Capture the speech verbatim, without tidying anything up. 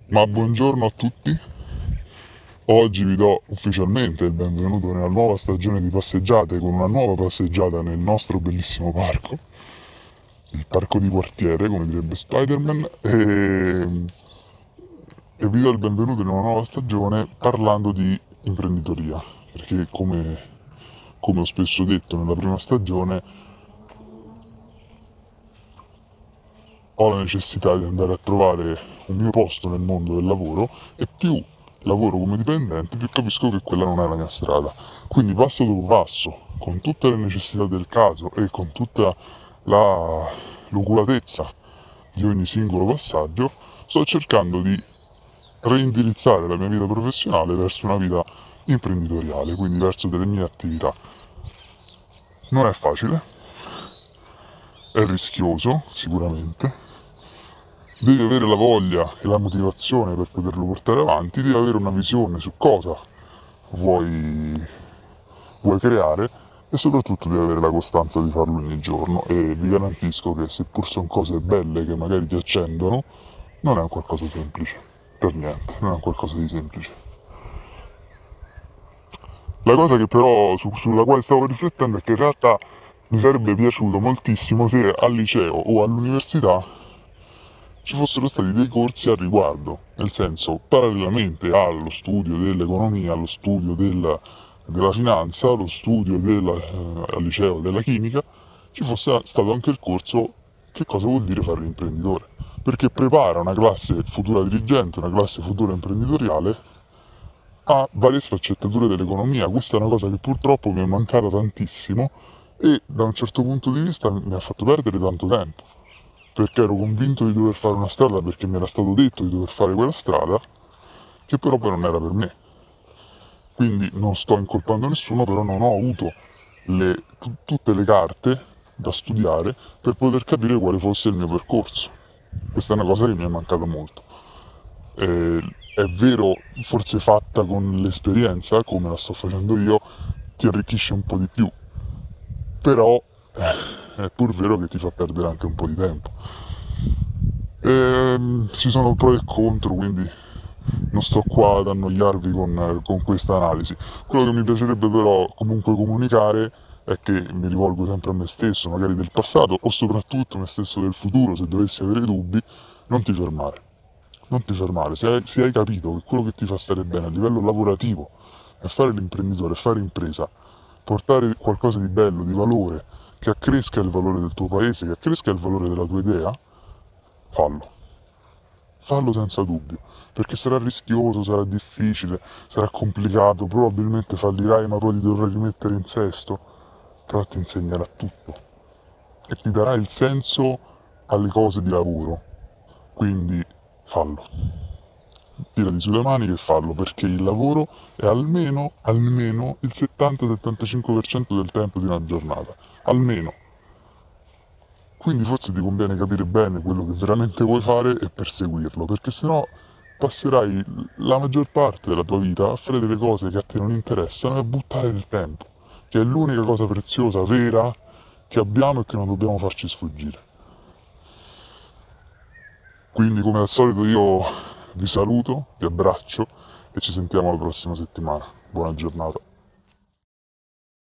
Ma buongiorno a tutti, oggi vi do ufficialmente il benvenuto nella nuova stagione di passeggiate con una nuova passeggiata nel nostro bellissimo parco, il parco di quartiere come direbbe Spider-Man, e, e vi do il benvenuto in una nuova stagione parlando di imprenditoria, perché come, come ho spesso detto nella prima stagione ho la necessità di andare a trovare un mio posto nel mondo del lavoro e più lavoro come dipendente, più capisco che quella non è la mia strada. Quindi passo dopo passo, con tutte le necessità del caso e con tutta la l'oculatezza di ogni singolo passaggio, sto cercando di reindirizzare la mia vita professionale verso una vita imprenditoriale, quindi verso delle mie attività. Non è facile, è rischioso sicuramente, devi avere la voglia e la motivazione per poterlo portare avanti, devi avere una visione su cosa vuoi, vuoi creare e soprattutto devi avere la costanza di farlo ogni giorno e vi garantisco che seppur sono cose belle che magari ti accendono, non è un qualcosa semplice, per niente, non è un qualcosa di semplice. La cosa che però su- sulla quale stavo riflettendo è che in realtà mi sarebbe piaciuto moltissimo se al liceo o all'università ci fossero stati dei corsi al riguardo, nel senso, parallelamente allo studio dell'economia, allo studio del- della finanza, allo studio del, eh, al liceo della chimica, ci fosse stato anche il corso che cosa vuol dire fare l'imprenditore, perché prepara una classe futura dirigente, una classe futura imprenditoriale a varie sfaccettature dell'economia. Questa è una cosa che purtroppo mi è mancata tantissimo e da un certo punto di vista mi ha fatto perdere tanto tempo perché ero convinto di dover fare una strada perché mi era stato detto di dover fare quella strada, che però poi non era per me. Quindi non sto incolpando nessuno, però non ho avuto le, t- tutte le carte da studiare per poter capire quale fosse il mio percorso. Questa è una cosa che mi è mancata molto. Eh, è vero, forse fatta con l'esperienza, come la sto facendo io, ti arricchisce un po' di più, però eh, è pur vero che ti fa perdere anche un po' di tempo. Ehm, ci sono pro e contro, quindi non sto qua ad annoiarvi con, con questa analisi. Quello che mi piacerebbe però comunque comunicare è che mi rivolgo sempre a me stesso, magari del passato, o soprattutto me stesso del futuro, se dovessi avere dubbi, non ti fermare. Non ti fermare, se hai, se hai capito che quello che ti fa stare bene a livello lavorativo è fare l'imprenditore, fare impresa, portare qualcosa di bello, di valore, che accresca il valore del tuo paese, che accresca il valore della tua idea, fallo. Fallo senza dubbio, perché sarà rischioso, sarà difficile, sarà complicato, probabilmente fallirai ma poi ti dovrai rimettere in sesto, però ti insegnerà tutto e ti darà il senso alle cose di lavoro. Quindi fallo. Tirati sulle maniche e fallo, perché il lavoro è almeno, almeno il settanta-settantacinque per cento del tempo di una giornata. Almeno. Quindi forse ti conviene capire bene quello che veramente vuoi fare e perseguirlo, perché sennò passerai la maggior parte della tua vita a fare delle cose che a te non interessano e a buttare del tempo, che è l'unica cosa preziosa, vera, che abbiamo e che non dobbiamo farci sfuggire. Quindi come al solito io vi saluto, vi abbraccio e ci sentiamo la prossima settimana. Buona giornata.